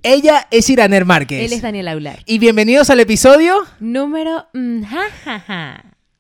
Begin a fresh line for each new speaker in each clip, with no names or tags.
Ella es Iraner Márquez.
Él es Daniel Aular.
Y bienvenidos al episodio...
Número... jajaja.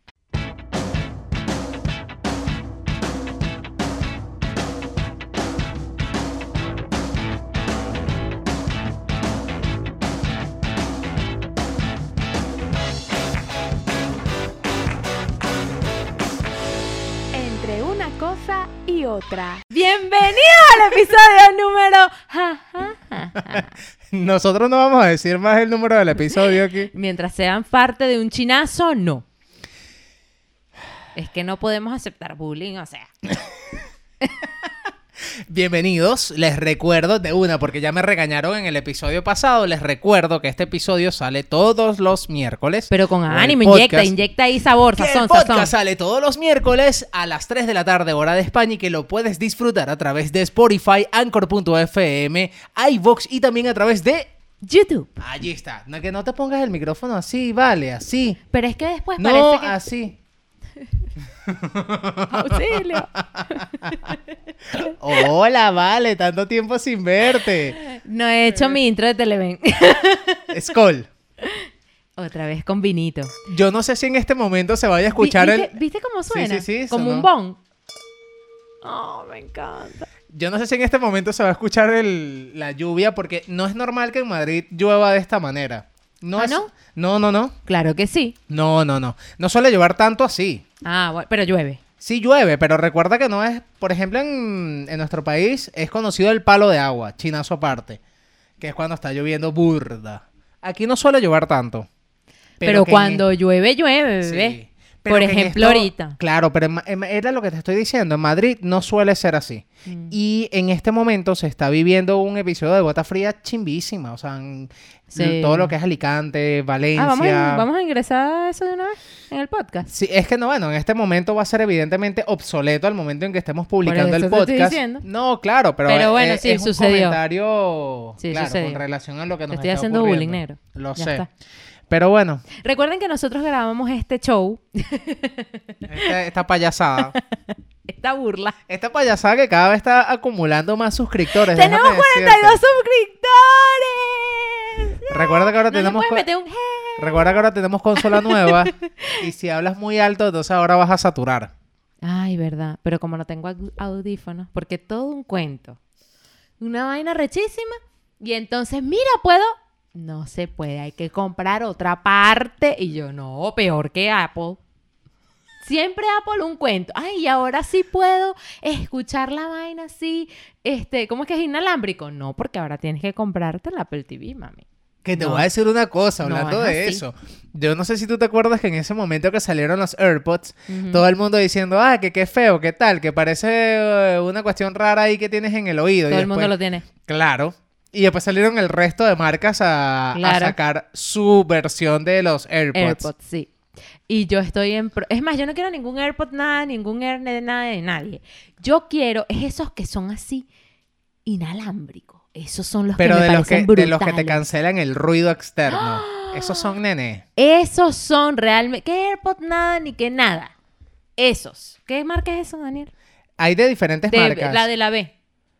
Entre una cosa y otra. Bienvenido al episodio número... jajaja.
Nosotros no vamos a decir más el número del episodio aquí.
Mientras sean parte de un chinazo, no. Es que no podemos aceptar bullying, o sea.
Bienvenidos, les recuerdo de una, porque ya me regañaron en el episodio pasado, les recuerdo que este episodio sale todos los miércoles.
Pero con ánimo,
podcast,
inyecta ahí sabor,
que
sazón,
el podcast
sazón.
sale todos los miércoles a las 3 de la tarde, hora de España, y que lo puedes disfrutar a través de Spotify, Anchor.fm, iVoox y también a través de...
YouTube.
Allí está. No, que no te pongas el micrófono así, vale, así.
Pero es que después
No,
parece que...
así.
¡Auxilio!
Hola, vale, tanto tiempo sin verte.
No he hecho mi intro de Televen.
Skol.
Otra vez con vinito.
Yo no sé si en este momento se vaya a escuchar
¿Viste cómo suena?
Sí,
como
sonó.
un bong. Oh, me encanta.
Yo no sé si en este momento se va a escuchar la lluvia, porque no es normal que en Madrid llueva de esta manera. No
¿Ah,
es...
no?
No.
Claro que sí.
No. No suele llover tanto así.
Ah, bueno, pero llueve.
Sí llueve, pero recuerda que no es... Por ejemplo, en nuestro país es conocido el palo de agua, chinazo aparte, que es cuando está lloviendo burda. Aquí no suele llover tanto.
Pero
que
cuando llueve, bebé.
Sí. Pero
Por
que en
ejemplo, ahorita.
Claro, pero era lo que te estoy diciendo. En Madrid no suele ser así. Y en este momento se está viviendo un episodio de Gota Fría chimbísima. O sea,
Sí.
todo lo que es Alicante, Valencia.
¿Vamos a ingresar a eso de una vez en el podcast?
Sí, es que no, bueno, en este momento va a ser evidentemente obsoleto al momento en que estemos publicando
Por eso
el
te estoy
podcast.
diciendo.
No, claro, pero
bueno,
es,
sí,
es un
sucedió.
comentario,
Sí,
claro,
sucedió.
con relación a lo que
Te
nos
estoy
está
haciendo
ocurriendo.
bullying negro.
Lo
Ya
sé.
está.
Pero bueno,
Recuerden que nosotros grabamos este show,
esta payasada.
esta burla.
Esta payasada que cada vez está acumulando más suscriptores.
¡Tenemos
déjame
42
decirte.
suscriptores!
Recuerda que ahora
No le
tenemos...
puedes meter un
Recuerda que ahora tenemos consola nueva. Y si hablas muy alto, entonces ahora vas a saturar.
Ay, verdad. Pero como no tengo audífonos, porque todo un cuento. Una vaina rechísima. Y entonces, mira, ¿puedo? No se puede. Hay que comprar otra parte. Y yo, no, peor que Apple. Siempre Apple un cuento. Ay, y ahora sí puedo escuchar la vaina así. ¿Cómo es que es inalámbrico? No, porque ahora tienes que comprarte el Apple TV, mami.
Que te
No.
voy a decir una cosa,
No,
hablando
es
de
así.
eso. Yo no sé si tú te acuerdas que en ese momento que salieron los AirPods,
Ujú.
todo el mundo diciendo, que qué feo, qué tal, que parece una cuestión rara ahí que tienes en el oído.
Todo
Y
el mundo
después-
lo tiene.
Claro. Y después salieron el resto de marcas a
Claro.
sacar su versión de los AirPods.
AirPods, sí. Y yo estoy en... Es más, yo no quiero ningún AirPod, nada, ningún AirNet, nada de nadie. Yo quiero... Es esos que son así inalámbricos. Esos son los
Pero
que me
de los
parecen
de los que te
brutales.
cancelan el ruido externo. Esos son nene.
Esos son realmente... ¿Qué AirPod nada ni que nada? Esos. ¿Qué marca es eso, Daniel?
Hay de diferentes marcas.
La de la B.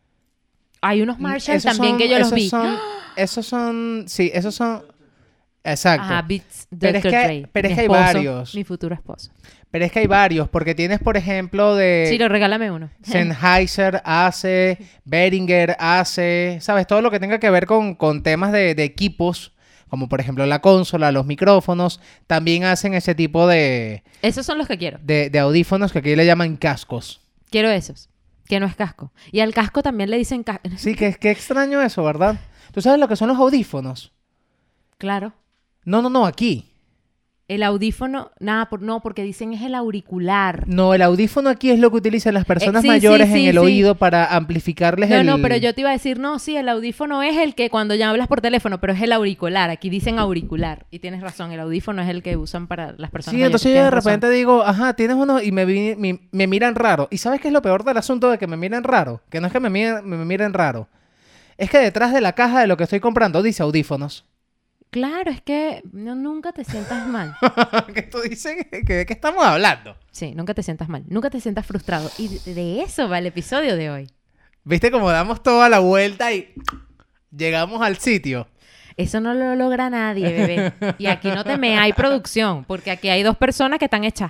Hay unos Marshall
Esos
también
son-
que yo los
esos
vi.
son- esos son... Sí, esos son... Exacto.
Ajá, Beats
Pero es
Dr.
que-
Dre.
pero es
Mi
que hay
esposo,
varios.
Mi futuro esposo.
Pero es que hay varios, porque tienes, por ejemplo, de...
Sí, regálame uno.
Sennheiser hace, Behringer hace, ¿sabes? Todo lo que tenga que ver con temas de equipos, como por ejemplo la consola, los micrófonos, también hacen ese tipo de
Esos son los que quiero.
audífonos que aquí le llaman cascos.
Quiero esos. Que no es casco. Y al casco también le dicen casco.
Sí, que extraño eso, ¿verdad? ¿Tú sabes lo que son los audífonos?
Claro.
No, aquí.
El audífono, no, porque dicen es el auricular.
No, el audífono aquí es lo que utilizan las personas
sí,
mayores
sí,
en el
sí.
oído para amplificarles el...
No, pero yo te iba a decir, no, sí, el audífono es el que cuando ya hablas por teléfono, pero es el auricular. Aquí dicen auricular. Y tienes razón, el audífono es el que usan para las personas
Sí,
mayores.
entonces yo de
Tienes razón.
repente digo, ajá, tienes uno y me miran raro. ¿Y sabes qué es lo peor del asunto de que me miren raro? Que no es que me miren raro. Es que detrás de la caja de lo que estoy comprando dice audífonos.
Claro, es que nunca te sientas mal.
¿Qué tú dices? ¿De qué estamos hablando?
Sí, nunca te sientas mal. Nunca te sientas frustrado. Y de eso va el episodio de hoy.
¿Viste cómo damos toda la vuelta y Llegamos al sitio.
Eso no lo logra nadie, bebé. Y aquí no hay producción, porque aquí hay 2 personas que están hechas.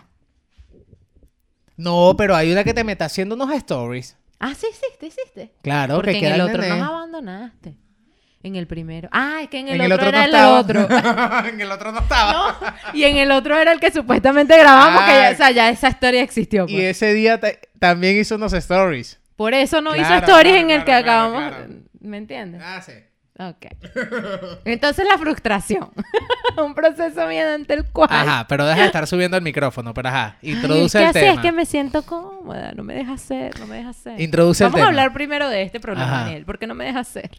No, pero hay una que te mete haciendo unos stories.
Ah, sí, hiciste.
Claro,
Porque
que
en el
queda
otro
nene.
nos abandonaste. En el primero. Ah, es que en el
En
otro
el otro
era
no
el
estaba.
otro.
En el otro no estaba.
No, y en el otro era el que supuestamente grabamos, que ya,
Ah.
o sea, ya esa historia existió.
Y
Pues.
ese día también hizo unos stories.
Por eso no hizo
Claro,
stories
claro,
en el que
claro,
acabamos.
claro.
¿Me entiendes?
Ah, sí.
Ok. Entonces la frustración. Un proceso mediante el cual.
Ajá, pero deja de estar subiendo el micrófono, pero ajá,
Ay,
introduce
es que
el
así
tema.
es que me siento cómoda, no me deja hacer.
Introduce el
Vamos a
tema.
hablar primero de este problema,
Ajá.
Daniel, porque no me deja hacer.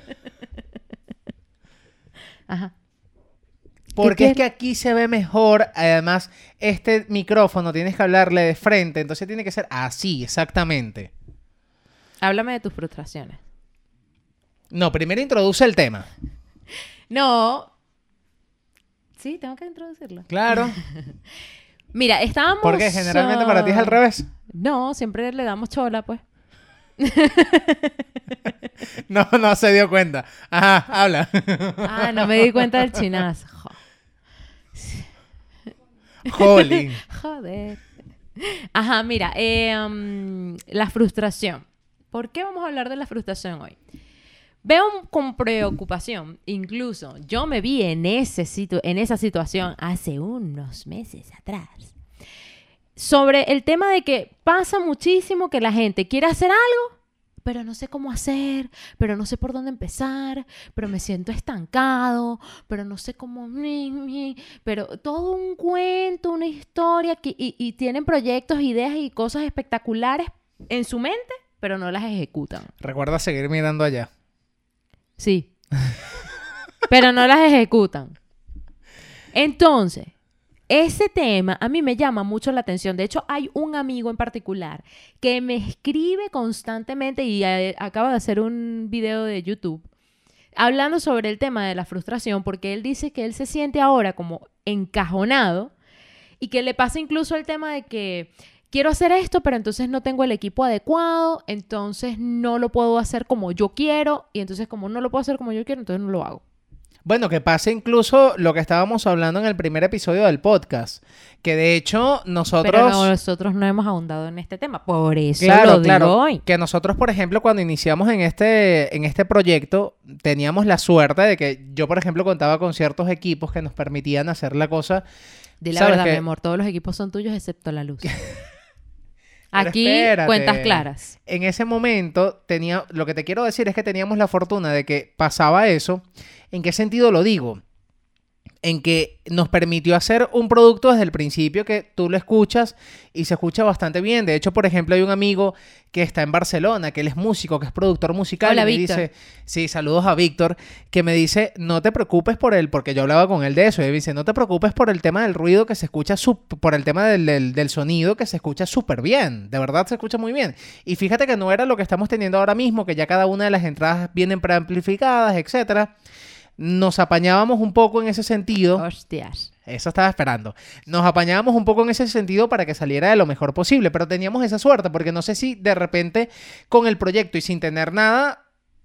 Ajá.
Porque
¿Qué
es que aquí se ve mejor, además, este micrófono tienes que hablarle de frente, entonces tiene que ser así, exactamente.
Háblame de tus frustraciones.
No, primero introduce el tema.
No. Sí, tengo que introducirlo.
Claro.
Mira, estábamos...
Porque generalmente para ti es al revés.
No, siempre le damos chola, pues.
No se dio cuenta. Ajá, habla.
Ah, no me di cuenta del chinazo.
Jolín.
Joder. Ajá, mira, la frustración. ¿Por qué vamos a hablar de la frustración hoy? Veo con preocupación, incluso yo me vi en esa situación hace unos meses atrás, sobre el tema de que pasa muchísimo que la gente quiere hacer algo, pero no sé cómo hacer, pero no sé por dónde empezar, pero me siento estancado, pero no sé cómo... Pero todo un cuento, una historia, y tienen proyectos, ideas y cosas espectaculares en su mente, pero no las ejecutan.
Recuerda seguir mirando allá.
Sí. Pero no las ejecutan. Entonces, ese tema a mí me llama mucho la atención. De hecho, hay un amigo en particular que me escribe constantemente y acaba de hacer un video de YouTube hablando sobre el tema de la frustración, porque él dice que él se siente ahora como encajonado y que le pasa incluso el tema de que quiero hacer esto, pero entonces no tengo el equipo adecuado, entonces no lo puedo hacer como yo quiero, y entonces como no lo puedo hacer como yo quiero, entonces no lo hago.
Bueno, que pasa incluso lo que estábamos hablando en el primer episodio del podcast, que de hecho nosotros...
Pero nosotros no hemos ahondado en este tema, por eso
Claro,
lo
claro,
digo hoy.
que nosotros, por ejemplo, cuando iniciamos en este proyecto, teníamos la suerte de que yo, por ejemplo, contaba con ciertos equipos que nos permitían hacer la cosa.
Di la
¿Sabes
verdad,
qué?
mi amor, todos los equipos son tuyos excepto la luz.
Pero
Aquí,
espérate.
cuentas claras.
En ese momento lo que te quiero decir es que teníamos la fortuna de que pasaba eso. ¿En qué sentido lo digo? En que nos permitió hacer un producto desde el principio que tú lo escuchas y se escucha bastante bien. De hecho, por ejemplo, hay un amigo que está en Barcelona, que él es músico, que es productor musical.
Hola,
y me
Víctor.
dice, sí, saludos a Víctor, que me dice, no te preocupes por él, porque yo hablaba con él de eso, y me dice, no te preocupes por el tema del ruido que se escucha, por el tema del sonido que se escucha súper bien, de verdad se escucha muy bien. Y fíjate que no era lo que estamos teniendo ahora mismo, que ya cada una de las entradas vienen preamplificadas, etcétera. Nos apañábamos un poco en ese sentido.
Hostias.
Eso estaba esperando. Nos apañábamos un poco en ese sentido para que saliera de lo mejor posible, pero teníamos esa suerte, porque no sé si de repente con el proyecto y sin tener nada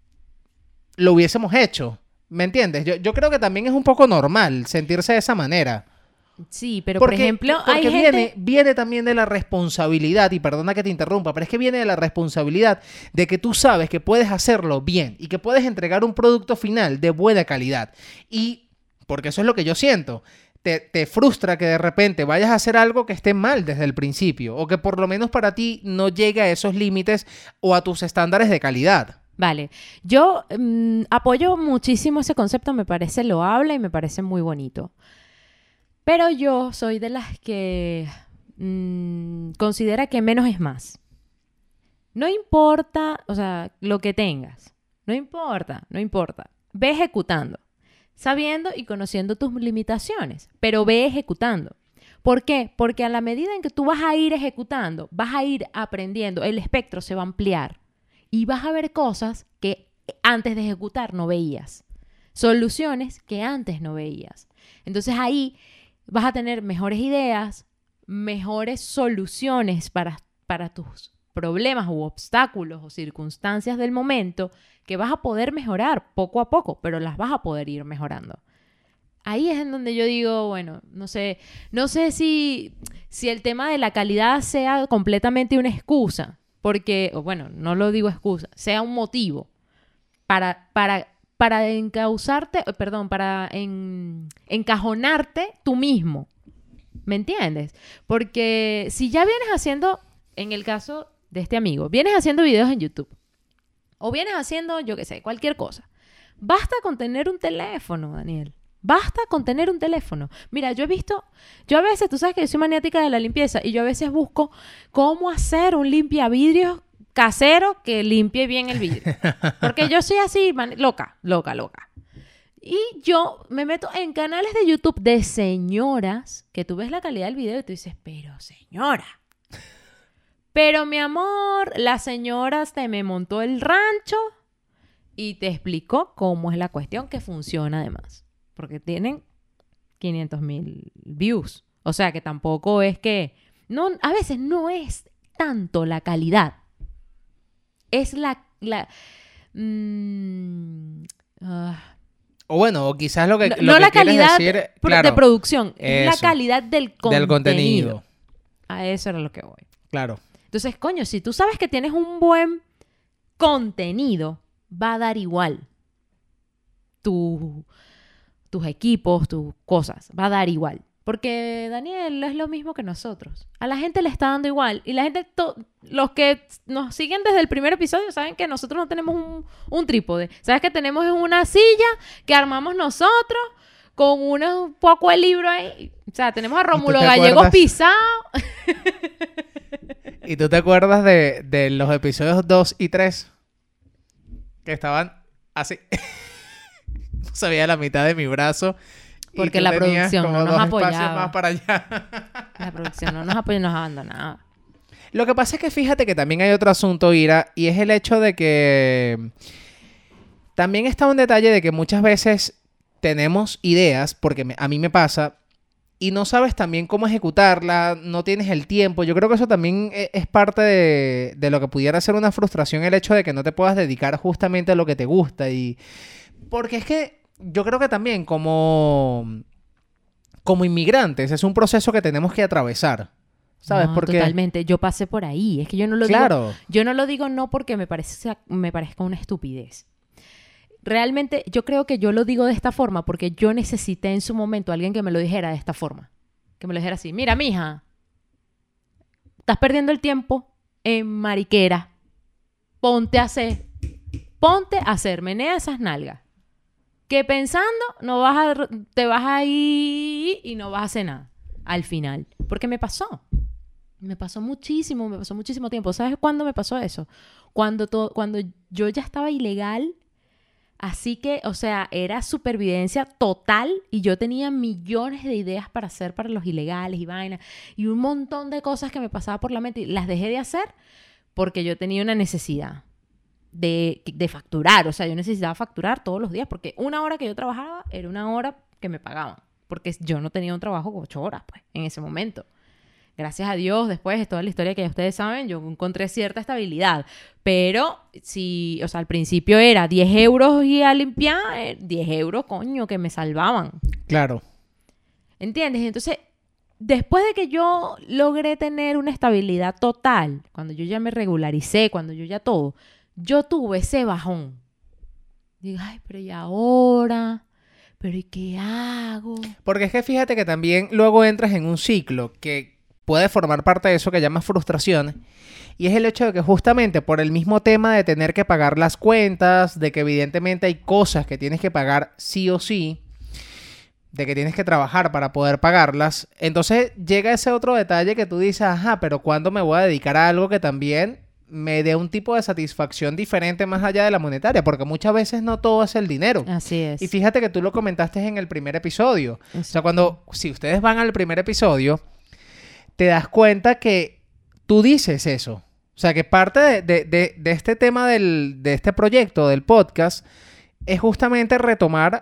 lo hubiésemos hecho. ¿Me entiendes? Yo creo que también es un poco normal sentirse de esa manera.
Sí, pero por ejemplo, hay
porque
gente...
viene también de la responsabilidad, y perdona que te interrumpa, pero es que viene de la responsabilidad de que tú sabes que puedes hacerlo bien y que puedes entregar un producto final de buena calidad. Y porque eso es lo que yo siento. Te frustra que de repente vayas a hacer algo que esté mal desde el principio, o que por lo menos para ti no llegue a esos límites o a tus estándares de calidad.
Vale, yo apoyo muchísimo ese concepto, me parece loable y me parece muy bonito. Pero yo soy de las que considera que menos es más. No importa, o sea, lo que tengas. No importa. Ve ejecutando, sabiendo y conociendo tus limitaciones, pero ve ejecutando. ¿Por qué? Porque a la medida en que tú vas a ir ejecutando, vas a ir aprendiendo, el espectro se va a ampliar y vas a ver cosas que antes de ejecutar no veías. Soluciones que antes no veías. Entonces ahí vas a tener mejores ideas, mejores soluciones para tus problemas u obstáculos o circunstancias del momento que vas a poder mejorar poco a poco, pero las vas a poder ir mejorando. Ahí es en donde yo digo, bueno, no sé si el tema de la calidad sea completamente una excusa, porque, o bueno, no lo digo excusa, sea un motivo para encauzarte, perdón, encajonarte tú mismo. ¿Me entiendes? Porque si ya vienes haciendo, en el caso de este amigo, vienes haciendo videos en YouTube, o vienes haciendo, yo qué sé, cualquier cosa, basta con tener un teléfono, Daniel. Basta con tener un teléfono. Mira, yo a veces, tú sabes que yo soy maniática de la limpieza y yo a veces busco cómo hacer un limpiavidrios casero que limpie bien el vidrio. Porque yo soy así, loca. Y yo me meto en canales de YouTube de señoras que tú ves la calidad del video y tú dices, pero señora. Pero mi amor, la señora se me montó el rancho y te explicó cómo es la cuestión que funciona además. Porque tienen 500,000 views. O sea que tampoco es que... No, a veces no es tanto la calidad. Es
o bueno, o quizás lo que
la calidad
decir,
de producción. Es la calidad del
contenido.
A eso era lo que voy.
Claro.
Entonces, coño, si tú sabes que tienes un buen contenido, va a dar igual tus equipos, tus cosas. Va a dar igual. Porque Daniel es lo mismo que nosotros. A la gente le está dando igual. Y la gente, los que nos siguen desde el primer episodio, saben que nosotros no tenemos un trípode. Sabes que tenemos una silla que armamos nosotros con un poco de libro ahí. O sea, tenemos a Rómulo Gallegos pisado.
¿Y tú te acuerdas de los episodios 2 y 3? Que estaban así. No se veía la mitad de mi brazo.
Porque la producción no nos apoyaba.
Más para allá.
La producción no nos apoyaba y nos abandonaba.
Lo que pasa es que fíjate que también hay otro asunto, Ira, y es el hecho de que también está un detalle de que muchas veces tenemos ideas, porque a mí me pasa, y no sabes también cómo ejecutarla, no tienes el tiempo. Yo creo que eso también es parte de lo que pudiera ser una frustración, el hecho de que no te puedas dedicar justamente a lo que te gusta. Y porque es que yo creo que también como inmigrantes es un proceso que tenemos que atravesar, ¿sabes?
No,
porque
totalmente. Yo pasé por ahí. Es que yo no lo
claro.
digo. Yo no lo digo no porque me parezca una estupidez. Realmente yo creo que yo lo digo de esta forma porque yo necesité en su momento a alguien que me lo dijera de esta forma. Que me lo dijera así. Mira, mija, estás perdiendo el tiempo en mariquera. Ponte a hacer, menea esas nalgas. Que pensando te vas a ir y no vas a hacer nada al final. Porque me pasó muchísimo tiempo. ¿Sabes cuándo me pasó eso? Cuando yo ya estaba ilegal, así que, o sea, era supervivencia total y yo tenía millones de ideas para hacer para los ilegales y vainas y un montón de cosas que me pasaba por la mente y las dejé de hacer porque yo tenía una necesidad de facturar. O sea, yo necesitaba facturar todos los días porque una hora que yo trabajaba era una hora que me pagaban. Porque yo no tenía un trabajo con 8 horas, pues, en ese momento. Gracias a Dios, después de toda la historia que ya ustedes saben, yo encontré cierta estabilidad. Pero si, o sea, al principio era 10 euros y a limpiar, 10 euros, coño, que me salvaban.
Claro.
¿Entiendes? Entonces, después de que yo logré tener una estabilidad total, cuando yo ya me regularicé, cuando yo ya todo, yo tuve ese bajón. Digo, ay, pero ¿y ahora? ¿Pero y qué hago?
Porque es que fíjate que también luego entras en un ciclo que puede formar parte de eso que llamas frustración. Y es el hecho de que justamente por el mismo tema de tener que pagar las cuentas, de que evidentemente hay cosas que tienes que pagar sí o sí, de que tienes que trabajar para poder pagarlas, entonces llega ese otro detalle que tú dices, ajá, pero ¿cuándo me voy a dedicar a algo que también me dé un tipo de satisfacción diferente más allá de la monetaria? Porque muchas veces no todo es el dinero.
Así es.
Y fíjate que tú lo comentaste en el primer episodio. O sea, si ustedes van al primer episodio, te das cuenta que tú dices eso. O sea, que parte de este tema de este proyecto, del podcast, es justamente retomar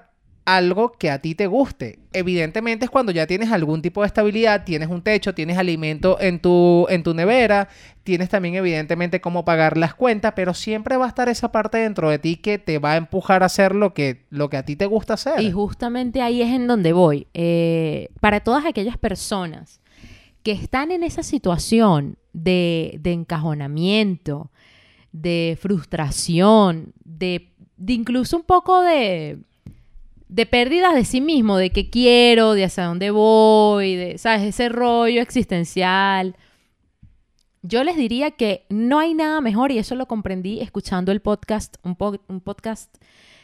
algo que a ti te guste. Evidentemente es cuando ya tienes algún tipo de estabilidad, tienes un techo, tienes alimento en tu nevera, tienes también evidentemente cómo pagar las cuentas, pero siempre va a estar esa parte dentro de ti que te va a empujar a hacer lo que a ti te gusta hacer.
Y justamente ahí es en donde voy. Para todas aquellas personas que están en esa situación de encajonamiento, de frustración, de incluso un poco de pérdidas de sí mismo, de qué quiero, de hacia dónde voy, de, ¿sabes? Ese rollo existencial. Yo les diría que no hay nada mejor, y eso lo comprendí escuchando el podcast, un podcast,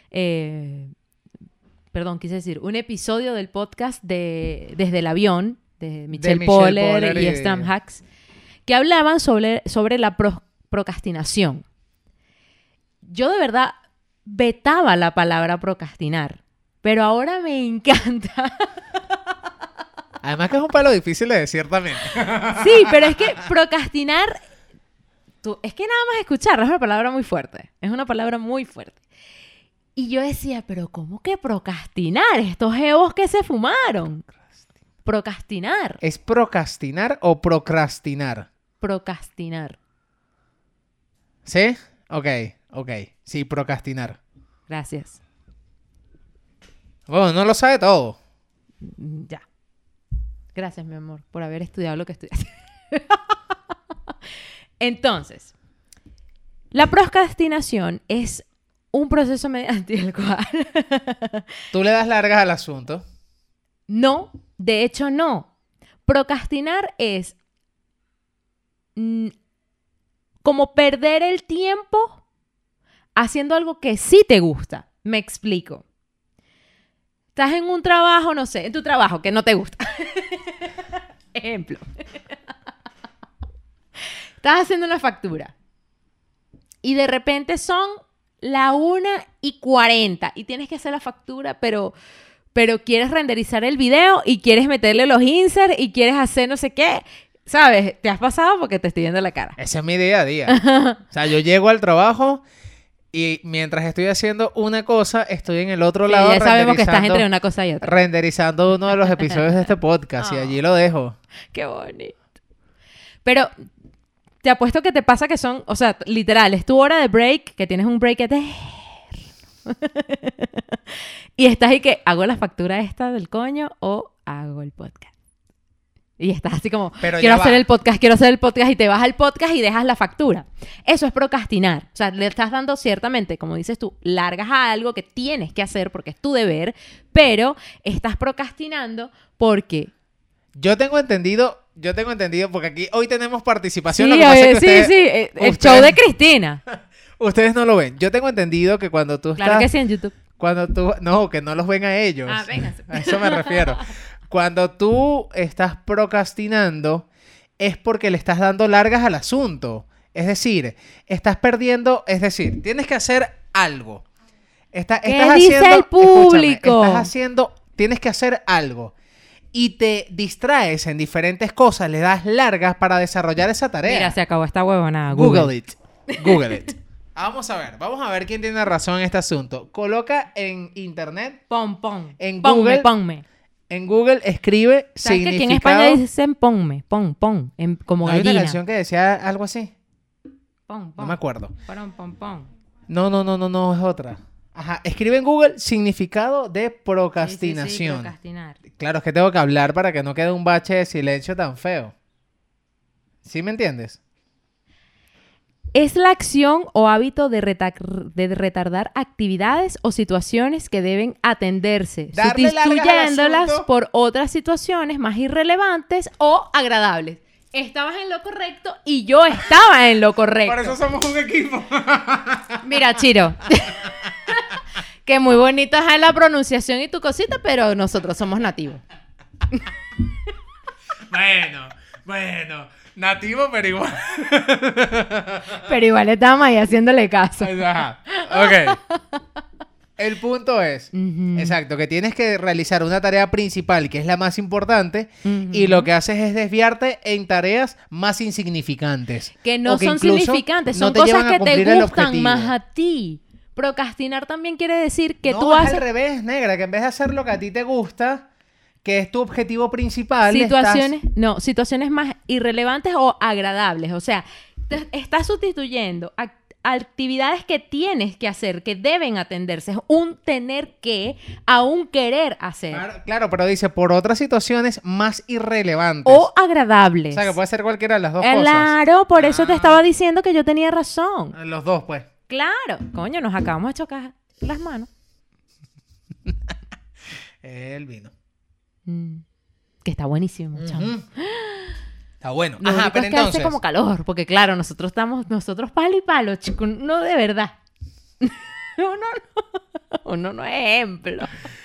un episodio del podcast de Desde el Avión, de Michelle Poller y Stram Hacks, que hablaban sobre la procrastinación. Yo de verdad vetaba la palabra procrastinar, pero ahora me encanta.
Además que es un palo difícil de decir también.
Sí, pero es que procrastinar, es que nada más escucharla es una palabra muy fuerte. Es una palabra muy fuerte. Y yo decía, pero ¿cómo que procrastinar? Estos jevos que se fumaron. Procrastinar.
¿Es procrastinar o procrastinar?
Procrastinar.
¿Sí? Ok. Sí, procrastinar.
Gracias.
Bueno, no lo sabe todo.
Ya. Gracias, mi amor, por haber estudiado lo que estudiaste. Entonces, la procrastinación es un proceso mediante el cual...
¿Tú le das largas al asunto?
No, de hecho no. Procrastinar es como perder el tiempo haciendo algo que sí te gusta. Me explico. Estás en un trabajo, no sé, en tu trabajo que no te gusta. Ejemplo. Estás haciendo una factura y de repente son la 1:40 y tienes que hacer la factura, pero quieres renderizar el video y quieres meterle los inserts y quieres hacer no sé qué. ¿Sabes? Te has pasado porque te estoy viendo la cara.
Ese es mi día a día. O sea, yo llego al trabajo y mientras estoy haciendo una cosa, estoy en el otro lado.
Ya sabemos que estás entre una cosa y otra.
Renderizando uno de los episodios de este podcast y allí lo dejo.
Qué bonito. Pero te apuesto que te pasa que son, o sea, literal, es tu hora de break, que tienes un break eterno. Y estás ahí que, ¿hago la factura esta del coño o hago el podcast? Y estás así como, quiero hacer el podcast y te vas al podcast y dejas la factura. Eso es procrastinar. O sea, le estás dando ciertamente, como dices tú, largas a algo que tienes que hacer porque es tu deber, pero estás procrastinando porque...
Yo tengo entendido, porque aquí hoy tenemos participación.
Sí,
lo que pasa es que
ustedes, el show de Cristina.
Ustedes no lo ven. Yo tengo entendido que cuando tú estás...
Claro que sí, en YouTube.
No, que no los ven a ellos.
Ah, véngase.
A eso me refiero. Cuando tú estás procrastinando es porque le estás dando largas al asunto. Es decir, estás perdiendo... Es decir, tienes que hacer algo.
¿Qué dice el público?
Tienes que hacer algo. Y te distraes en diferentes cosas, le das largas para desarrollar esa tarea.
Mira, se acabó esta huevonada.
Google it. Vamos a ver quién tiene razón en este asunto. Coloca en internet. En Google.
Ponme.
En Google escribe
¿Sabes
significado.
que aquí en España dicen ponme? Como
¿No hay
gallina.
una canción que decía algo así?
Pon.
No me acuerdo.
Pon.
No, es otra. Ajá, escribe en Google significado de procrastinación.
Sí, procrastinar.
Claro, es que tengo que hablar para que no quede un bache de silencio tan feo. ¿Sí me entiendes?
Es la acción o hábito de retardar actividades o situaciones que deben atenderse, sustituyéndolas por otras situaciones más irrelevantes o agradables. Estabas en lo correcto y yo estaba en lo correcto.
Por eso somos un equipo.
Mira, Chiro. Que muy bonita es la pronunciación y tu cosita, pero nosotros somos nativos.
Bueno. Nativo, pero igual.
Pero igual estábamos ahí haciéndole caso.
Ajá. Ok. El punto es, exacto, que tienes que realizar una tarea principal, que es la más importante, y lo que haces es desviarte en tareas más insignificantes.
Que no son significantes, son cosas que te gustan más a ti. procrastinar también quiere decir que
no,
tú
es
haces
al revés, negra, que en vez de hacer lo que a ti te gusta, que es tu objetivo principal,
situaciones más irrelevantes o agradables. O sea, estás sustituyendo actividades que tienes que hacer, que deben atenderse. Es un tener que a un querer hacer.
Claro, pero dice por otras situaciones más irrelevantes.
O agradables.
O sea, que puede ser cualquiera de las dos cosas.
Claro, por eso te estaba diciendo que yo tenía razón.
Los dos, pues.
Claro. Coño, nos acabamos de chocar las manos.
El vino.
Que está buenísimo, chamo.
Está bueno.
Lo
Ajá,
único
pero
es que
entonces...
hace como calor, porque claro, nosotros palo y palo, chico, no de verdad. uno no es ejemplo.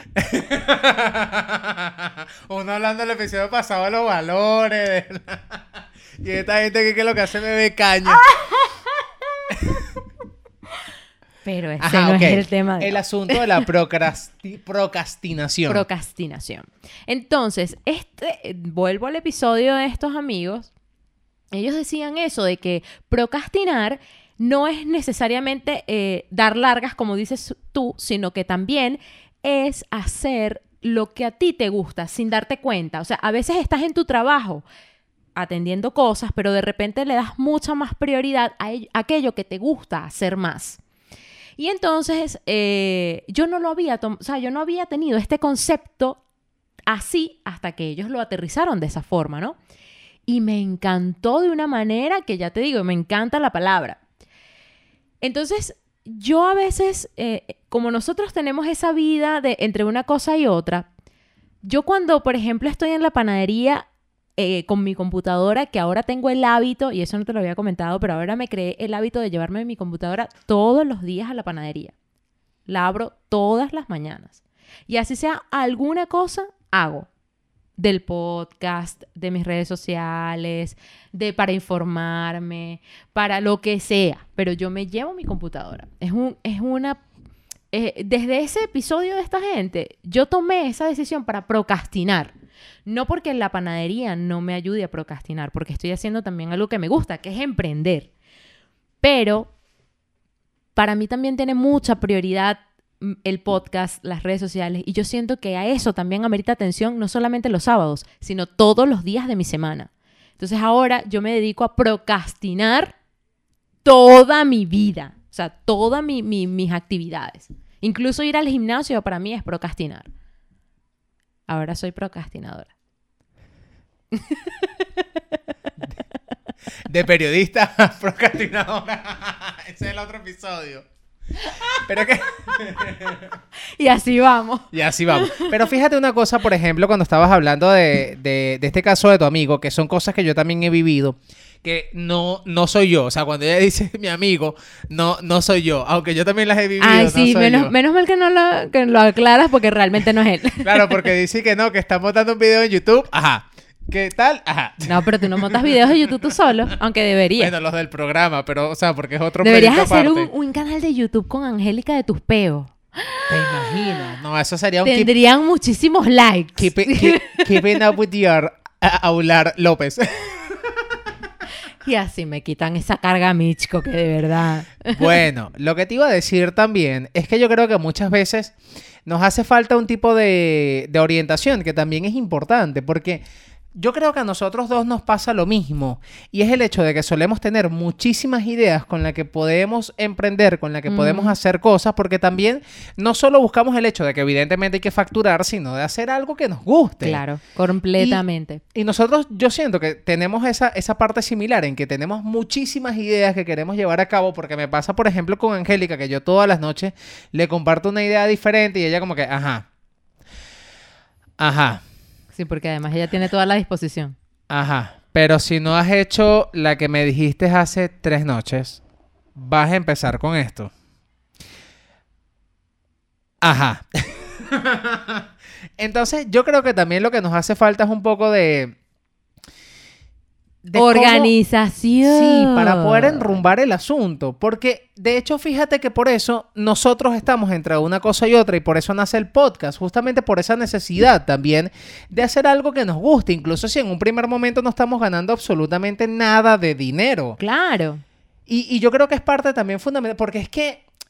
Uno hablando del episodio pasado de los valores. Y esta gente que lo que hace me ve caña.
Pero ese no es el tema de
el asunto de la procrastinación.
Procrastinación. Entonces, vuelvo al episodio de estos amigos. Ellos decían eso, de que procrastinar no es necesariamente dar largas, como dices tú, sino que también es hacer lo que a ti te gusta sin darte cuenta. O sea, a veces estás en tu trabajo atendiendo cosas, pero de repente le das mucha más prioridad a aquello que te gusta hacer más. Y entonces yo no había tenido este concepto así hasta que ellos lo aterrizaron de esa forma, ¿no? Y me encantó de una manera que ya te digo, me encanta la palabra. Entonces, yo a veces, como nosotros tenemos esa vida de entre una cosa y otra, yo cuando, por ejemplo, estoy en la panadería con mi computadora, que ahora tengo el hábito, y eso no te lo había comentado, pero ahora me creé el hábito de llevarme mi computadora todos los días a la panadería. La abro todas las mañanas. Y así sea alguna cosa, hago. Del podcast, de mis redes sociales, para informarme, para lo que sea. Pero yo me llevo mi computadora. Desde ese episodio de esta gente, yo tomé esa decisión para procrastinar. No porque la panadería no me ayude a procrastinar, porque estoy haciendo también algo que me gusta, que es emprender. Pero para mí también tiene mucha prioridad el podcast, las redes sociales, y yo siento que a eso también amerita atención, no solamente los sábados, sino todos los días de mi semana. Entonces ahora yo me dedico a procrastinar toda mi vida, o sea, todas mis actividades. Incluso ir al gimnasio para mí es procrastinar. Ahora soy procrastinadora. De periodista a procrastinadora. Ese es el otro episodio. Pero que... Y así vamos.
Y así vamos. Pero fíjate una cosa, por ejemplo, cuando estabas hablando de este caso de tu amigo, que son cosas que yo también he vivido, que no soy yo. O sea, cuando ella dice mi amigo, no soy yo. Aunque yo también las he vivido.
Ay, sí, no menos mal que lo aclaras porque realmente no es él.
Claro, porque dice que no, que está montando un video en YouTube. Ajá. ¿Qué tal? Ajá.
No, pero tú no montas videos de YouTube tú solo, aunque deberías.
Bueno, los del programa, pero, o sea, porque es otro
deberías hacer
aparte.
un canal de YouTube con Angélica de tus peos.
¿Te imaginas? No, eso sería un...
Tendrían muchísimos likes.
Keeping up with your Aular López.
Y así me quitan esa carga Michco, que de verdad...
Bueno, lo que te iba a decir también es que yo creo que muchas veces nos hace falta un tipo de orientación que también es importante, porque... Yo creo que a nosotros dos nos pasa lo mismo, y es el hecho de que solemos tener muchísimas ideas con las que podemos emprender, con las que podemos hacer cosas, porque también no solo buscamos el hecho de que evidentemente hay que facturar, sino de hacer algo que nos guste.
Claro, completamente.
Y nosotros, yo siento que tenemos esa parte similar, en que tenemos muchísimas ideas que queremos llevar a cabo, porque me pasa, por ejemplo, con Angélica, que yo todas las noches le comparto una idea diferente y ella como que, ajá.
Sí, porque además ella tiene toda la disposición.
Ajá. Pero si no has hecho la que me dijiste hace 3 noches, vas a empezar con esto. Ajá. Entonces, yo creo que también lo que nos hace falta es un poco de
organización.
Sí, para poder enrumbar el asunto. Porque, de hecho, fíjate que por eso nosotros estamos entre una cosa y otra, y por eso nace el podcast. Justamente por esa necesidad también de hacer algo que nos guste. Incluso si en un primer momento no estamos ganando absolutamente nada de dinero.
Claro.
Y yo creo que es parte también fundamental. Porque es que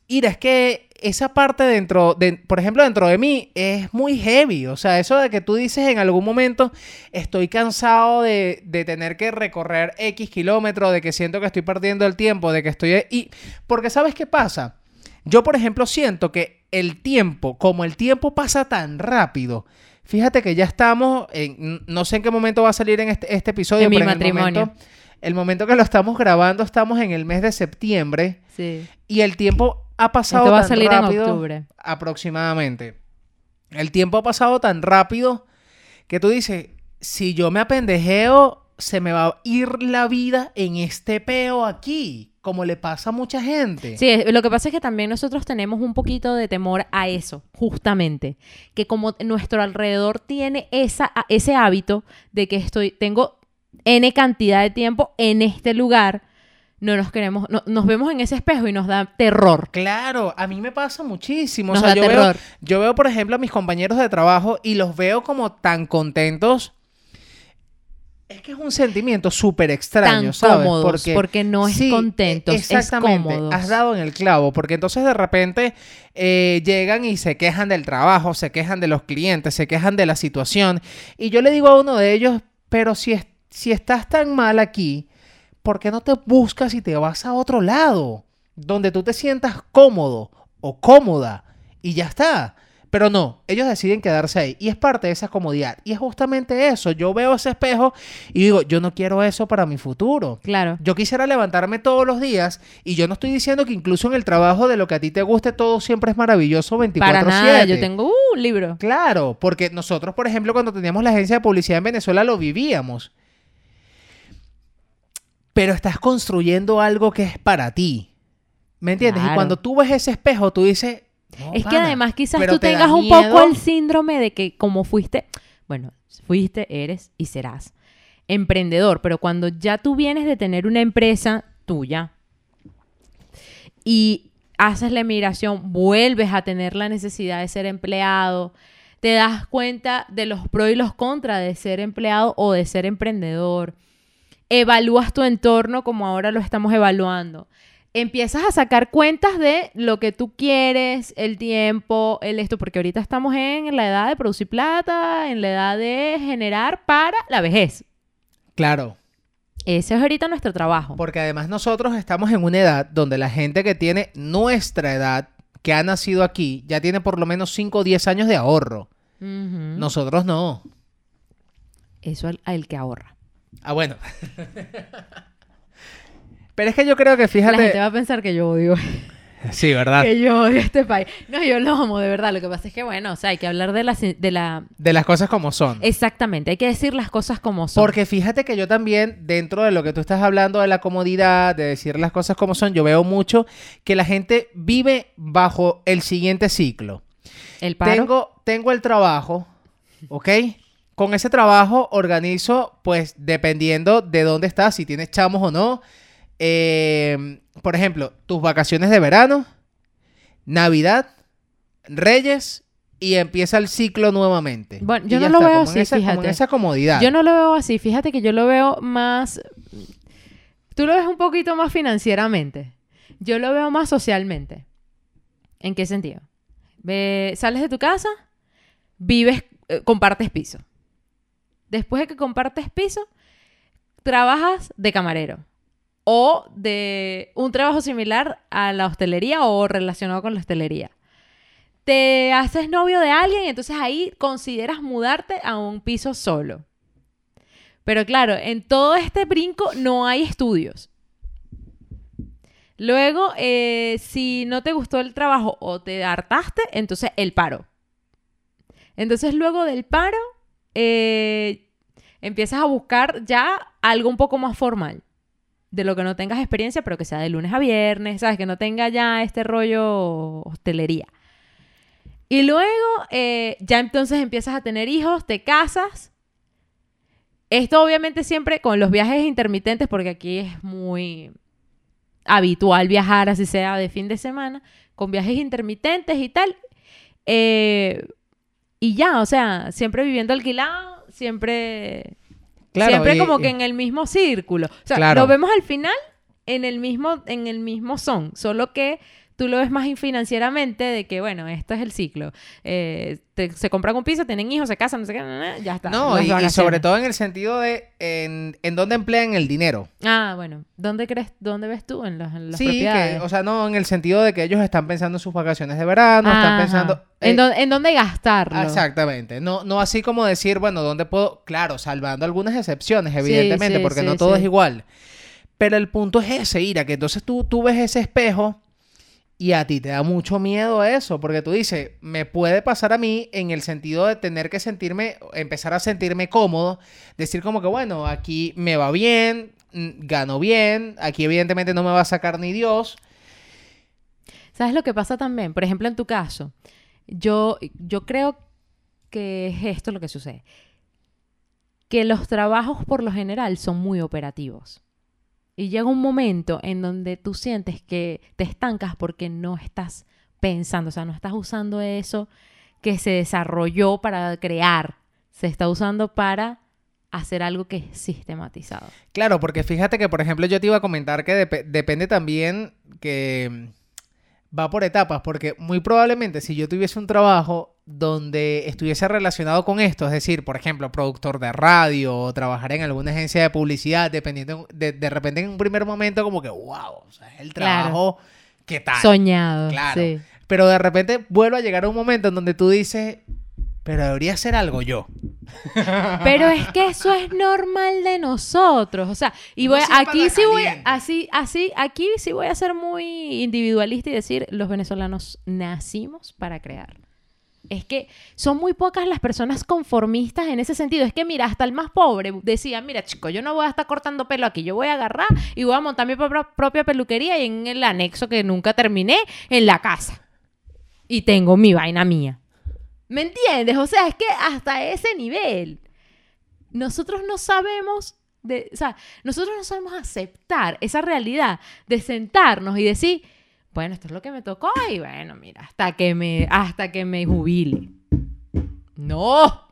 Mira, es que esa parte por ejemplo, dentro de mí es muy heavy. O sea, eso de que tú dices en algún momento, estoy cansado de tener que recorrer X kilómetros, de que siento que estoy perdiendo el tiempo, de que porque ¿sabes qué pasa? Yo, por ejemplo, siento que como el tiempo pasa tan rápido, fíjate que ya estamos no sé en qué momento va a salir en este episodio,
En mi
pero
matrimonio.
el momento que lo estamos grabando, estamos en el mes de septiembre
Sí.
y el tiempo ha pasado
Esto va a
tan
salir en
rápido,
octubre.
aproximadamente. El tiempo ha pasado tan rápido que tú dices, si yo me apendejeo, se me va a ir la vida en este peo aquí, como le pasa a mucha gente.
Sí, lo que pasa es que también nosotros tenemos un poquito de temor a eso, justamente. Que como nuestro alrededor tiene ese hábito de que tengo N cantidad de tiempo en este lugar, no nos queremos, nos vemos en ese espejo y nos da terror.
Claro, a mí me pasa muchísimo.
Nos
O sea,
da terror.
yo veo, por ejemplo, a mis compañeros de trabajo y los veo como tan contentos. Es que es un sentimiento súper extraño,
Tan
¿sabes?
cómodos, porque no es contentos, es
exactamente,
cómodos.
has dado en el clavo, porque entonces de repente llegan y se quejan del trabajo, se quejan de los clientes, se quejan de la situación. Y yo le digo a uno de ellos, pero si estás tan mal aquí, ¿por qué no te buscas y te vas a otro lado? Donde tú te sientas cómodo o cómoda y ya está. Pero no, ellos deciden quedarse ahí. Y es parte de esa comodidad. Y es justamente eso. Yo veo ese espejo y digo, yo no quiero eso para mi futuro.
Claro.
Yo quisiera levantarme todos los días. Y yo no estoy diciendo que incluso en el trabajo de lo que a ti te guste, todo siempre es maravilloso 24/7.
Para nada, yo tengo un libro.
Claro, porque nosotros, por ejemplo, cuando teníamos la agencia de publicidad en Venezuela, lo vivíamos. Pero estás construyendo algo que es para ti. ¿Me entiendes?
Claro.
Y cuando tú ves ese espejo, tú dices... No,
Es que
pana,
además quizás
pero
tú
te da
tengas un
miedo.
poco el síndrome de que como fuiste, eres y serás emprendedor, pero cuando ya tú vienes de tener una empresa tuya y haces la migración, vuelves a tener la necesidad de ser empleado, te das cuenta de los pros y los contras de ser empleado o de ser emprendedor, evalúas tu entorno como ahora lo estamos evaluando. Empiezas a sacar cuentas de lo que tú quieres, el tiempo, porque ahorita estamos en la edad de producir plata, en la edad de generar para la vejez.
Claro.
Ese es ahorita nuestro trabajo.
Porque además nosotros estamos en una edad donde la gente que tiene nuestra edad, que ha nacido aquí, ya tiene por lo menos 5 o 10 años de ahorro.
Ujú.
Nosotros no.
Eso el que ahorra.
Ah, bueno. Pero es que yo creo que,
La gente
fíjate...
va a pensar que yo odio,
Sí, ¿verdad?
que yo odio este país. No, yo lo amo, de verdad. Lo que pasa es que, bueno, o sea, hay que hablar de la...
De las cosas como son.
Exactamente, hay que decir las cosas como son.
Porque fíjate que yo también, dentro de lo que tú estás hablando de la comodidad, de decir las cosas como son, yo veo mucho que la gente vive bajo el siguiente ciclo.
El paro.
Tengo el trabajo, ¿ok? Con ese trabajo organizo, pues, dependiendo de dónde estás, si tienes chamos o no. Por ejemplo, tus vacaciones de verano, Navidad, Reyes y empieza el ciclo nuevamente.
Bueno,
Y
yo
ya
no lo
está,
veo
como en
así,
como en
fíjate.
esa comodidad.
Yo no lo veo así. Fíjate que yo lo veo más... Tú lo ves un poquito más financieramente. Yo lo veo más socialmente. ¿En qué sentido? Sales de tu casa, vives, compartes piso. Después de que compartes piso, trabajas de camarero. O de un trabajo similar a la hostelería o relacionado con la hostelería. Te haces novio de alguien y entonces ahí consideras mudarte a un piso solo. Pero claro, en todo este brinco no hay estudios. Luego, si no te gustó el trabajo o te hartaste, entonces el paro. Entonces luego del paro, empiezas a buscar ya algo un poco más formal. De lo que no tengas experiencia, pero que sea de lunes a viernes, ¿sabes? Que no tenga ya este rollo hostelería. Y luego ya entonces empiezas a tener hijos, te casas. Esto obviamente siempre con los viajes intermitentes, porque aquí es muy habitual viajar, así sea de fin de semana, con viajes intermitentes y tal. Y ya, o sea, siempre viviendo alquilado, siempre...
Claro,
siempre como que en el mismo círculo. O sea,
Claro.
lo vemos al final en el mismo son. Solo que tú lo ves más financieramente de que, bueno, esto es el ciclo. Se compran un piso, tienen hijos, se casan, no sé qué, ya está.
No, y sobre todo en el sentido de en dónde emplean el dinero.
Ah, bueno. ¿Dónde ves tú en las
Sí,
propiedades?
o sea, no en el sentido de que ellos están pensando en sus vacaciones de verano, están pensando...
¿En dónde gastarlo?
Exactamente. No así como decir, bueno, ¿dónde puedo...? Claro, salvando algunas excepciones, evidentemente, porque no todo es igual. Pero el punto es ese, Ira, que entonces tú ves ese espejo y a ti te da mucho miedo eso, porque tú dices, me puede pasar a mí en el sentido de tener que empezar a sentirme cómodo, decir como que, bueno, aquí me va bien, gano bien, aquí evidentemente no me va a sacar ni Dios.
¿Sabes lo que pasa también? Por ejemplo, en tu caso, yo creo que es esto lo que sucede. Que los trabajos por lo general son muy operativos. Y llega un momento en donde tú sientes que te estancas porque no estás pensando, o sea, no estás usando eso que se desarrolló para crear, se está usando para hacer algo que es sistematizado.
Claro, porque fíjate que, por ejemplo, yo te iba a comentar que depende también que va por etapas, porque muy probablemente si yo tuviese un trabajo donde estuviese relacionado con esto, es decir, por ejemplo, productor de radio o trabajar en alguna agencia de publicidad, dependiendo de repente en un primer momento como que, wow, o sea, es el trabajo, ¿qué tal?
Soñado,
claro.
Sí.
Pero de repente vuelve a llegar a un momento en donde tú dices, pero debería hacer algo yo.
Pero es que eso es normal de nosotros, o sea, y voy aquí sí voy a ser muy individualista y decir, los venezolanos nacimos para crear. Es que son muy pocas las personas conformistas en ese sentido. Es que, mira, hasta el más pobre decía, mira, chico, yo no voy a estar cortando pelo aquí. Yo voy a agarrar y voy a montar mi propia peluquería y en el anexo que nunca terminé, en la casa. Y tengo mi vaina mía. ¿Me entiendes? O sea, es que hasta ese nivel nosotros no sabemos nosotros no sabemos aceptar esa realidad de sentarnos y decir, bueno, esto es lo que me tocó y bueno, mira, hasta que me jubile. No.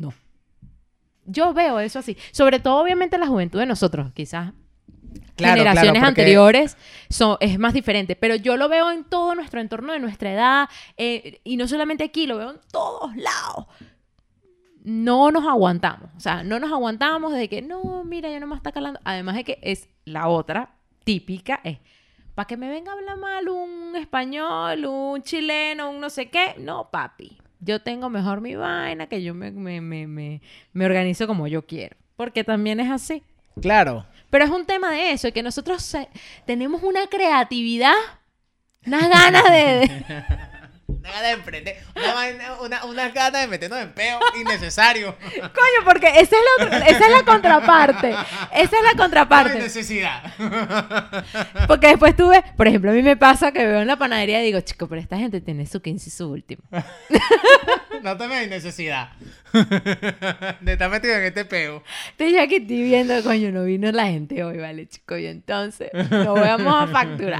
Yo veo eso así. Sobre todo, obviamente, la juventud de nosotros, quizás. Generaciones anteriores es más diferente, pero yo lo veo en todo nuestro entorno de nuestra edad y no solamente aquí, lo veo en todos lados. No nos aguantamos, o sea, no nos aguantamos de que no, mira, ya no me está calando. Además de que es la otra típica, es para que me venga a hablar mal un español, un chileno, un no sé qué. No, papi, yo tengo mejor mi vaina, que yo me organizo como yo quiero, porque también es así.
Claro.
Pero es un tema de eso, que nosotros tenemos una creatividad, unas ganas de...
Una de emprender, una gana de meternos en peo innecesario.
Coño, porque esa es la contraparte. Esa es la contraparte.
No hay necesidad.
Porque después tú ves, por ejemplo, a mí me pasa que veo en la panadería y digo, chico, pero esta gente tiene su 15 y su último.
No te hay necesidad de estar metido en este peo.
Entonces ya que estoy viendo, coño, no vino la gente hoy, vale, chico, y entonces no vamos a facturar.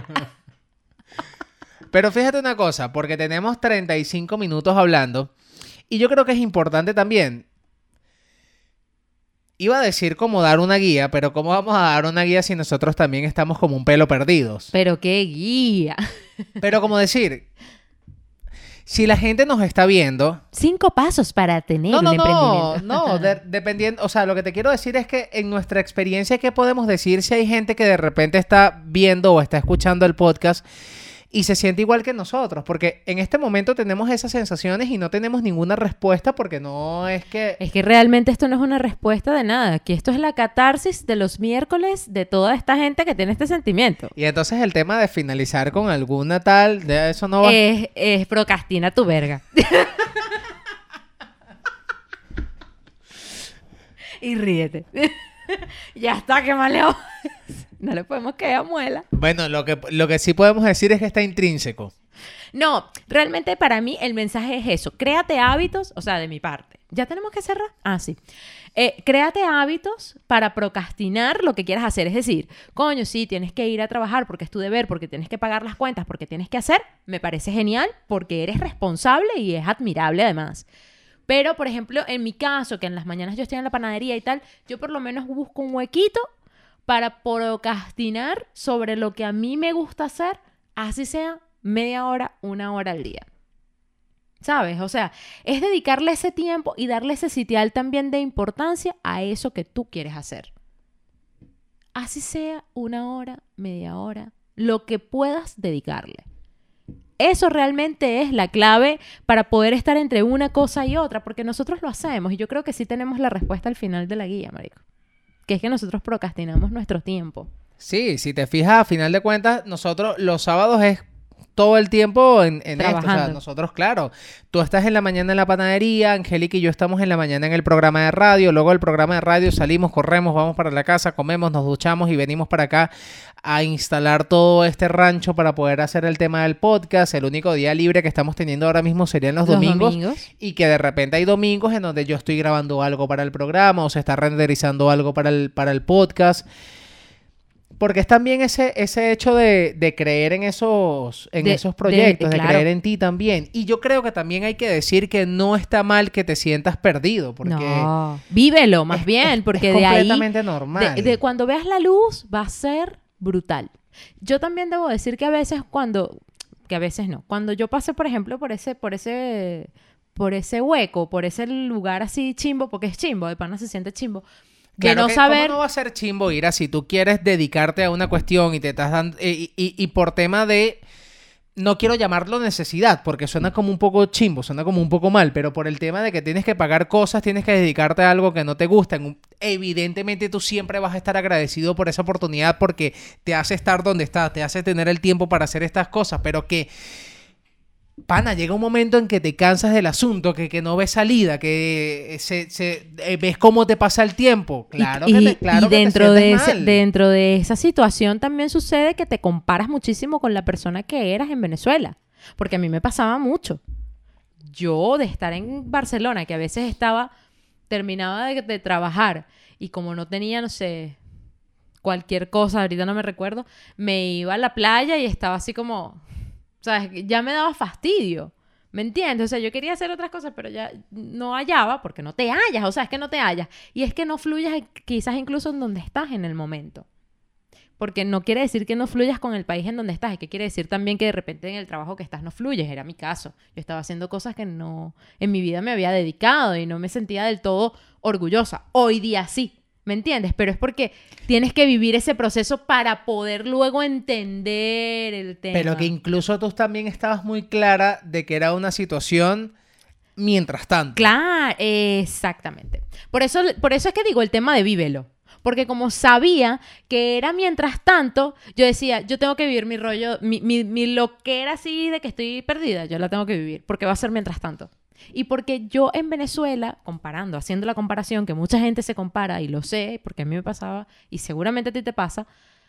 Pero fíjate una cosa, porque tenemos 35 minutos hablando y yo creo que es importante también. Iba a decir como dar una guía, pero ¿cómo vamos a dar una guía si nosotros también estamos como un pelo perdidos?
Pero qué guía.
Pero como decir, si la gente nos está viendo...
5 pasos para tener un emprendimiento.
No, dependiendo... O sea, lo que te quiero decir es que en nuestra experiencia, ¿qué podemos decir si hay gente que de repente está viendo o está escuchando el podcast y se siente igual que nosotros? Porque en este momento tenemos esas sensaciones y no tenemos ninguna respuesta porque no es que...
Es que realmente esto no es una respuesta de nada. Que esto es la catarsis de los miércoles de toda esta gente que tiene este sentimiento.
Y entonces el tema de finalizar con alguna tal... De eso no va...
Es procrastina tu verga. Y ríete. Ya está, que mal no le podemos caer a muela.
Bueno, lo que sí podemos decir es que está intrínseco.
No, realmente para mí el mensaje es eso. Créate hábitos, o sea, de mi parte. ¿Ya tenemos que cerrar? Ah, sí. Créate hábitos para procrastinar lo que quieras hacer. Es decir, coño, sí, tienes que ir a trabajar porque es tu deber, porque tienes que pagar las cuentas, porque tienes que hacer. Me parece genial porque eres responsable y es admirable además. Pero, por ejemplo, en mi caso, que en las mañanas yo estoy en la panadería y tal, yo por lo menos busco un huequito para procrastinar sobre lo que a mí me gusta hacer, así sea media hora, 1 hora al día. ¿Sabes? O sea, es dedicarle ese tiempo y darle ese sitial también de importancia a eso que tú quieres hacer. Así sea 1 hora, media hora, lo que puedas dedicarle. Eso realmente es la clave para poder estar entre una cosa y otra, porque nosotros lo hacemos y yo creo que sí tenemos la respuesta al final de la guía, marico. Que es que nosotros procrastinamos nuestro tiempo.
Sí, si te fijas, a final de cuentas, nosotros los sábados es todo el tiempo en esto. O sea, nosotros, claro, tú estás en la mañana en la panadería, Angélica y yo estamos en la mañana en el programa de radio, luego del programa de radio salimos, corremos, vamos para la casa, comemos, nos duchamos y venimos para acá a instalar todo este rancho para poder hacer el tema del podcast. El único día libre que estamos teniendo ahora mismo serían los domingos. Y que de repente hay domingos en donde yo estoy grabando algo para el programa o se está renderizando algo para el podcast. Porque es también ese hecho de creer en esos proyectos, de creer en ti también. Y yo creo que también hay que decir que no está mal que te sientas perdido. Porque
no, vívelo más bien, porque de ahí...
Es completamente normal.
De cuando veas la luz va a ser brutal. Yo también debo decir que a veces cuando yo pasé, por ejemplo, por ese hueco, por ese lugar así chimbo, porque es chimbo, de pana se siente chimbo.
Claro, ¿cómo no va a ser chimbo ir si tú quieres dedicarte a una cuestión y te estás dando y por tema de, no quiero llamarlo necesidad porque suena como un poco chimbo, suena como un poco mal, pero por el tema de que tienes que pagar cosas, tienes que dedicarte a algo que no te gusta, evidentemente tú siempre vas a estar agradecido por esa oportunidad porque te hace estar donde estás, te hace tener el tiempo para hacer estas cosas, pero que pana, llega un momento en que te cansas del asunto, que no ves salida, que ves cómo te pasa el tiempo. Claro que
dentro
te sientes mal.
Dentro de esa situación también sucede que te comparas muchísimo con la persona que eras en Venezuela. Porque a mí me pasaba mucho. Yo de estar en Barcelona, que a veces terminaba de trabajar y como no tenía, no sé, cualquier cosa, ahorita no me recuerdo, me iba a la playa y estaba así como... O sea, ya me daba fastidio, ¿me entiendes? O sea, yo quería hacer otras cosas, pero ya no hallaba porque no te hallas, o sea, es que no te hallas. Y es que no fluyas quizás incluso en donde estás en el momento. Porque no quiere decir que no fluyas con el país en donde estás, es que quiere decir también que de repente en el trabajo que estás no fluyes, era mi caso. Yo estaba haciendo cosas que no en mi vida me había dedicado y no me sentía del todo orgullosa. Hoy día sí. ¿Me entiendes? Pero es porque tienes que vivir ese proceso para poder luego entender el tema.
Pero que incluso tú también estabas muy clara de que era una situación mientras tanto.
Claro, exactamente. Por eso es que digo el tema de vívelo. Porque como sabía que era mientras tanto, yo decía, yo tengo que vivir mi rollo, mi loquera así de que estoy perdida, yo la tengo que vivir, porque va a ser mientras tanto. Y porque yo en Venezuela, haciendo la comparación, que mucha gente se compara, y lo sé, porque a mí me pasaba, y seguramente a ti te pasa,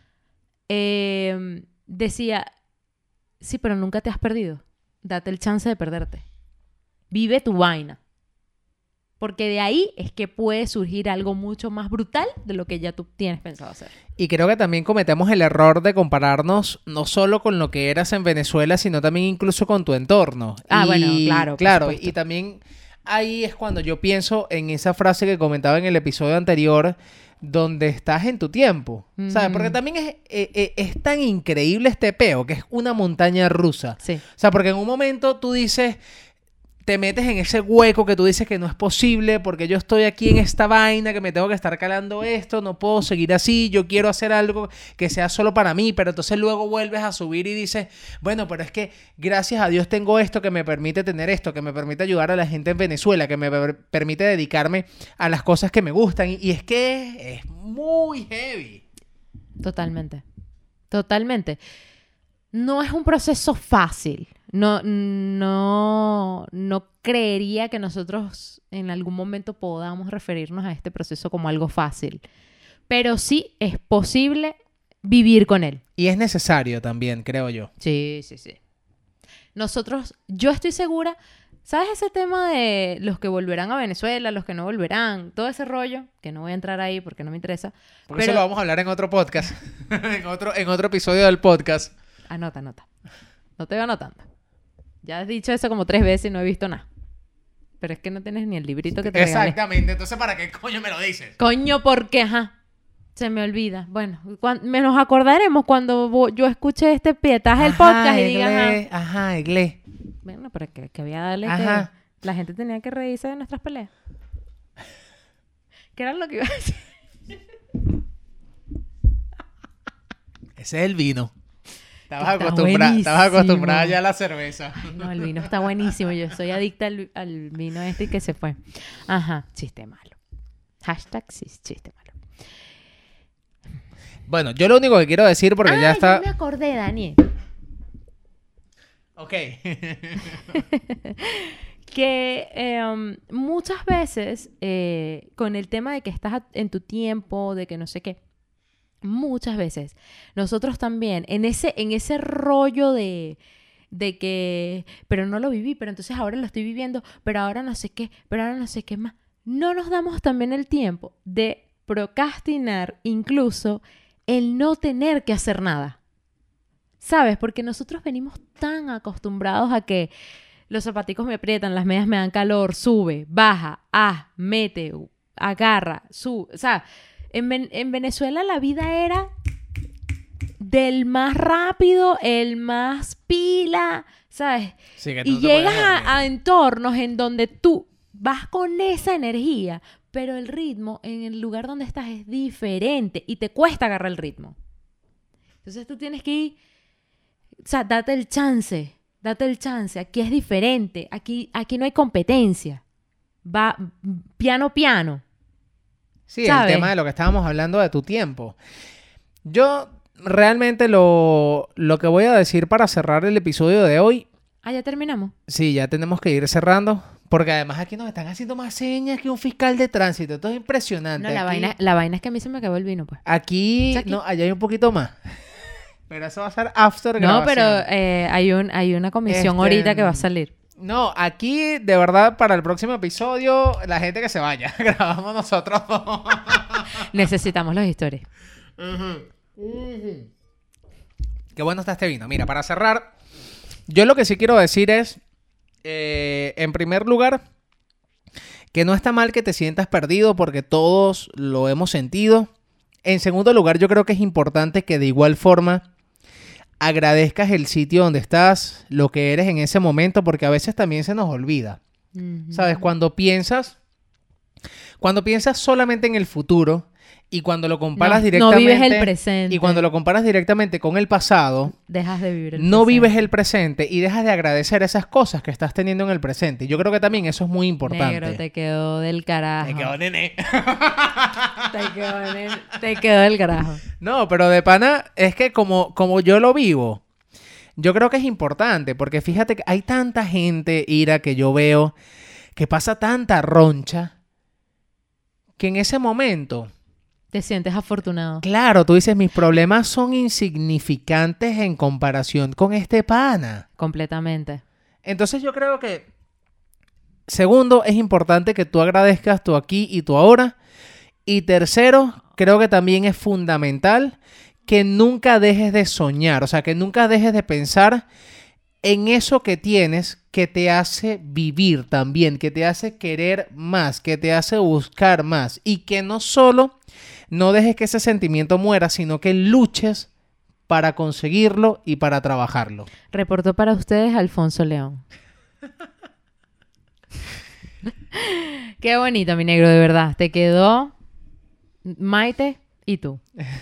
decía, sí, pero nunca te has perdido. Date el chance de perderte. Vive tu vaina. Porque de ahí es que puede surgir algo mucho más brutal de lo que ya tú tienes pensado hacer.
Y creo que también cometemos el error de compararnos no solo con lo que eras en Venezuela, sino también incluso con tu entorno.
Bueno, claro.
Claro, y también ahí es cuando yo pienso en esa frase que comentaba en el episodio anterior, donde estás en tu tiempo, ¿sabes? Porque también es tan increíble este peo, que es una montaña rusa.
Sí.
O sea, porque en un momento tú dices... te metes en ese hueco que tú dices que no es posible porque yo estoy aquí en esta vaina, que me tengo que estar calando esto, no puedo seguir así, yo quiero hacer algo que sea solo para mí, pero entonces luego vuelves a subir y dices, bueno, pero es que gracias a Dios tengo esto que me permite tener esto, que me permite ayudar a la gente en Venezuela, que me permite dedicarme a las cosas que me gustan y es que es muy heavy.
Totalmente. Totalmente. No es un proceso fácil. No creería que nosotros en algún momento podamos referirnos a este proceso como algo fácil. Pero sí es posible vivir con él.
Y es necesario también, creo yo.
Sí. Yo estoy segura, ¿sabes ese tema de los que volverán a Venezuela, los que no volverán? Todo ese rollo, que no voy a entrar ahí porque no me interesa.
Porque eso lo vamos a hablar en otro podcast. en otro episodio del podcast.
Anota. No te voy anotando. Ya has dicho eso como 3 veces y no he visto nada. Pero es que no tienes ni el librito que te regalé.
Exactamente. Entonces, ¿para qué coño me lo dices?
Coño, porque, ajá. Se me olvida. Bueno, nos acordaremos cuando yo escuche este pietaje del podcast y diga...
Ajá, Egle.
Bueno, pero que había darle
Ajá.
que la gente tenía que reírse de nuestras peleas. ¿Qué era lo que iba a decir?
Ese es el vino. Estabas
Está
acostumbrada
buenísimo.
ya a la cerveza.
Ay, no, el vino está buenísimo. Yo soy adicta al vino este que se fue. Ajá, chiste malo. Hashtag chiste malo.
Bueno, yo lo único que quiero decir, porque ya está...
Yo me acordé, Daniel.
Ok.
Que muchas veces con el tema de que estás en tu tiempo, de que no sé qué, muchas veces nosotros también en ese rollo de que, pero no lo viví, pero entonces ahora lo estoy viviendo, pero ahora no sé qué, pero ahora no sé qué más, no nos damos también el tiempo de procrastinar incluso el no tener que hacer nada. ¿Sabes? Porque nosotros venimos tan acostumbrados a que los zapaticos me aprietan, las medias me dan calor, sube, baja, mete, agarra, sube. O sea, en Venezuela la vida era del más rápido, el más pila, ¿sabes?
Sí, que tú
Y
no te puedes
llegas
dormir.
a entornos en donde tú vas con esa energía, pero el ritmo en el lugar donde estás es diferente y te cuesta agarrar el ritmo. Entonces tú tienes que ir, o sea, date el chance, aquí es diferente, aquí no hay competencia, va piano.
Sí,
¿sabes?
el tema de lo que estábamos hablando de tu tiempo. Yo realmente lo que voy a decir para cerrar el episodio de hoy,
Ya terminamos.
sí, ya tenemos que ir cerrando, porque además aquí nos están haciendo más señas que un fiscal de tránsito. Esto es impresionante.
No,
Aquí-
la vaina es que a mí se me acabó el vino, pues.
Aquí,
¿Es aquí?
no, allá hay un poquito más. Pero eso va a ser after
No,
grabación.
pero hay una comisión ahorita que va a salir.
No, aquí, de verdad, para el próximo episodio, la gente que se vaya. Grabamos nosotros dos.
Necesitamos los historias.
Qué bueno está este vino. Mira, para cerrar, yo lo que sí quiero decir es, en primer lugar, que no está mal que te sientas perdido porque todos lo hemos sentido. En segundo lugar, yo creo que es importante que de igual forma agradezcas el sitio donde estás, lo que eres en ese momento, porque a veces también se nos olvida. ¿Sabes? Cuando piensas solamente en el futuro y cuando lo comparas
No
directamente
vives el presente.
y cuando lo comparas directamente con el pasado,
Dejas de vivir el
no
presente.
vives el presente y dejas de agradecer esas cosas que estás teniendo en el presente. Yo creo que también eso es muy importante.
Negro, te quedó del carajo.
Me quedo, nene.
Te quedó del carajo.
No, pero de pana es que como yo lo vivo, yo creo que es importante porque fíjate que hay tanta gente, Ira, que yo veo que pasa tanta roncha que en ese momento,
Te sientes afortunado.
claro, tú dices, mis problemas son insignificantes en comparación con este pana.
Completamente.
Entonces yo creo que, segundo, es importante que tú agradezcas tu aquí y tu ahora. Y tercero, creo que también es fundamental que nunca dejes de soñar, o sea, que nunca dejes de pensar en eso que tienes que te hace vivir también, que te hace querer más, que te hace buscar más y que no solo no dejes que ese sentimiento muera, sino que luches para conseguirlo y para trabajarlo.
Reportó para ustedes Alfonso León. Qué bonito, mi negro, de verdad. Te quedó Maite y tú.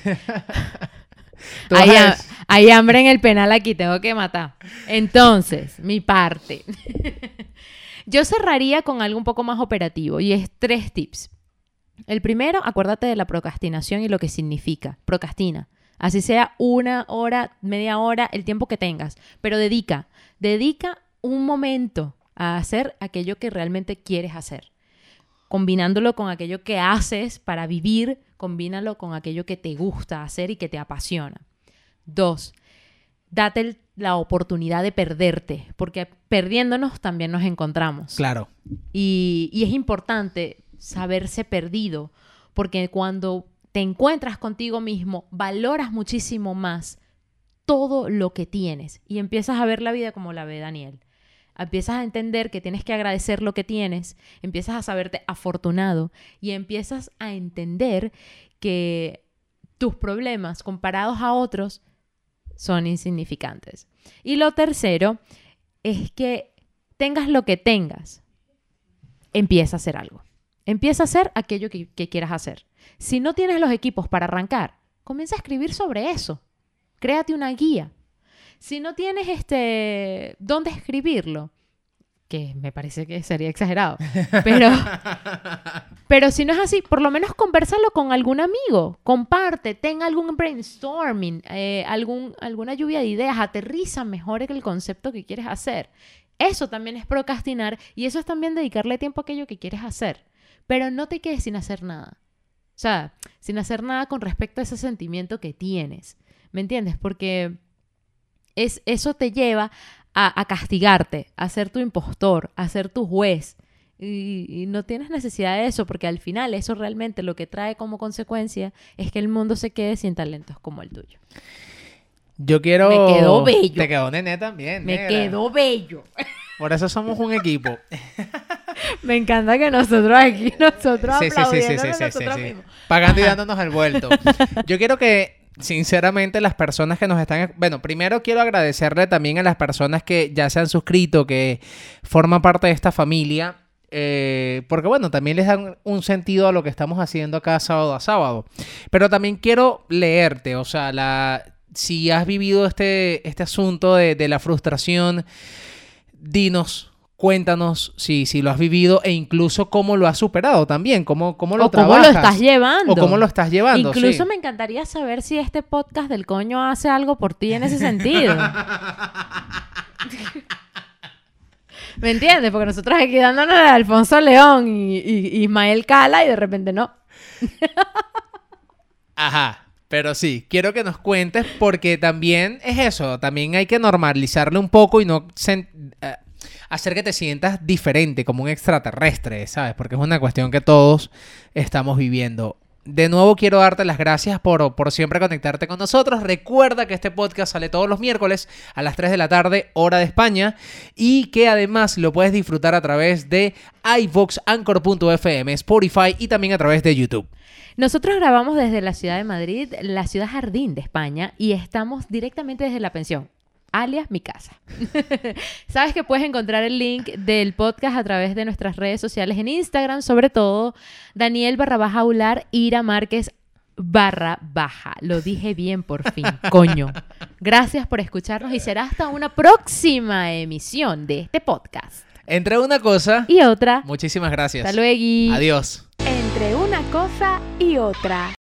Tú vas a decir-
Hay hambre en el penal aquí, tengo que matar. Entonces, mi parte. Yo cerraría con algo un poco más operativo y es 3 tips. El primero, acuérdate de la procrastinación y lo que significa. Procrastina. Así sea 1 hora, media hora, el tiempo que tengas. Pero dedica un momento a hacer aquello que realmente quieres hacer. Combinándolo con aquello que haces para vivir, combínalo con aquello que te gusta hacer y que te apasiona. 2, date la oportunidad de perderte, porque perdiéndonos también nos encontramos.
Claro.
Y es importante saberse perdido, porque cuando te encuentras contigo mismo, valoras muchísimo más todo lo que tienes y empiezas a ver la vida como la ve Daniel. Empiezas a entender que tienes que agradecer lo que tienes, empiezas a saberte afortunado y empiezas a entender que tus problemas comparados a otros son insignificantes. Y lo tercero es que tengas lo que tengas, empieza a hacer algo. Empieza a hacer aquello que quieras hacer. Si no tienes los equipos para arrancar, comienza a escribir sobre eso. Créate una guía. Si no tienes dónde escribirlo, que me parece que sería exagerado, pero si no es así, por lo menos conversalo con algún amigo, comparte, ten algún brainstorming, alguna lluvia de ideas, aterriza mejor el concepto que quieres hacer. Eso también es procrastinar y eso es también dedicarle tiempo a aquello que quieres hacer, pero no te quedes sin hacer nada. O sea, sin hacer nada con respecto a ese sentimiento que tienes, ¿me entiendes? Porque eso te lleva a castigarte, a ser tu impostor, a ser tu juez. Y no tienes necesidad de eso, porque al final eso realmente lo que trae como consecuencia es que el mundo se quede sin talentos como el tuyo.
Yo quiero...
Me quedó bello.
Te quedó nene también,
Me
negra.
quedó bello.
Por eso somos un equipo.
Me encanta que nosotros aquí, aplaudiéndonos nosotros mismos.
Pagando y dándonos el vuelto. Yo quiero que, sinceramente, las personas que nos están... Bueno, primero quiero agradecerle también a las personas que ya se han suscrito, que forman parte de esta familia, porque, bueno, también les dan un sentido a lo que estamos haciendo acá sábado a sábado. Pero también quiero leerte, o sea, si has vivido este asunto de la frustración, dinos... Cuéntanos si lo has vivido e incluso cómo lo has superado también, cómo lo trabajas.
O cómo lo estás llevando.
O cómo lo estás llevando,
incluso
sí.
Me encantaría saber si este podcast del coño hace algo por ti en ese sentido. ¿Me entiendes? Porque nosotros aquí dándonos a Alfonso León y Ismael Cala y de repente no.
Ajá. Pero sí, quiero que nos cuentes porque también es eso. También hay que normalizarle un poco y no... hacer que te sientas diferente, como un extraterrestre, ¿sabes? Porque es una cuestión que todos estamos viviendo. De nuevo quiero darte las gracias por siempre conectarte con nosotros. Recuerda que este podcast sale todos los miércoles a las 3 de la tarde, hora de España, y que además lo puedes disfrutar a través de iVoox, Anchor.fm, Spotify y también a través de YouTube.
Nosotros grabamos desde la ciudad de Madrid, la ciudad jardín de España, y estamos directamente desde la pensión, alias mi casa. Sabes que puedes encontrar el link del podcast a través de nuestras redes sociales en Instagram, sobre todo Daniel_Aular, Ira Márquez _. Lo dije bien por fin, coño. Gracias por escucharnos y será hasta una próxima emisión de este podcast.
Entre una cosa
y otra.
Muchísimas gracias.
Hasta luego.
Adiós.
Entre una cosa y otra.